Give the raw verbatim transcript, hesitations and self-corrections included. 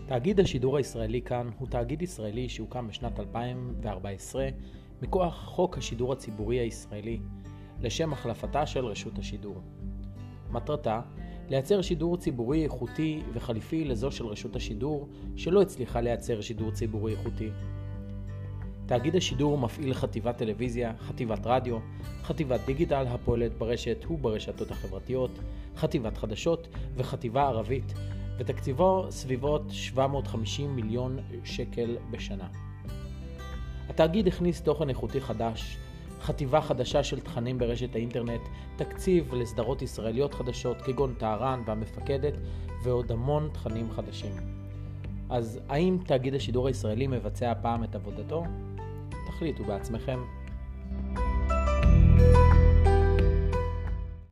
תאגיד השידור הישראלי כאן הוא תאגיד ישראלי שהוקם בשנת אלפיים וארבע עשרה מכוח חוק השידור הציבורי הישראלי לשם החלפתה של רשות השידור. מטרתה לייצר שידור ציבורי איכותי וחליפי לזו של רשות השידור שלא הצליחה לייצר שידור ציבורי איכותי. תאגיד השידור מפעיל חטיבת טלוויזיה, חטיבת רדיו, חטיבת דיגיטל הפועלת ברשת וברשתות החברתיות, חטיבת חדשות וחטיבה ערבית, ותקציבו סביבות שבע מאות וחמישים מיליון שקל בשנה. התאגיד הכניס תוכן איכותי חדש, חטיבה חדשה של תכנים ברשת האינטרנט, תקציב לסדרות ישראליות חדשות כגון טהרן והמפקדת ועוד המון תכנים חדשים. אז האם תאגיד השידור הישראלי מבצע פעם את עבודתו? תחליטו בעצמכם.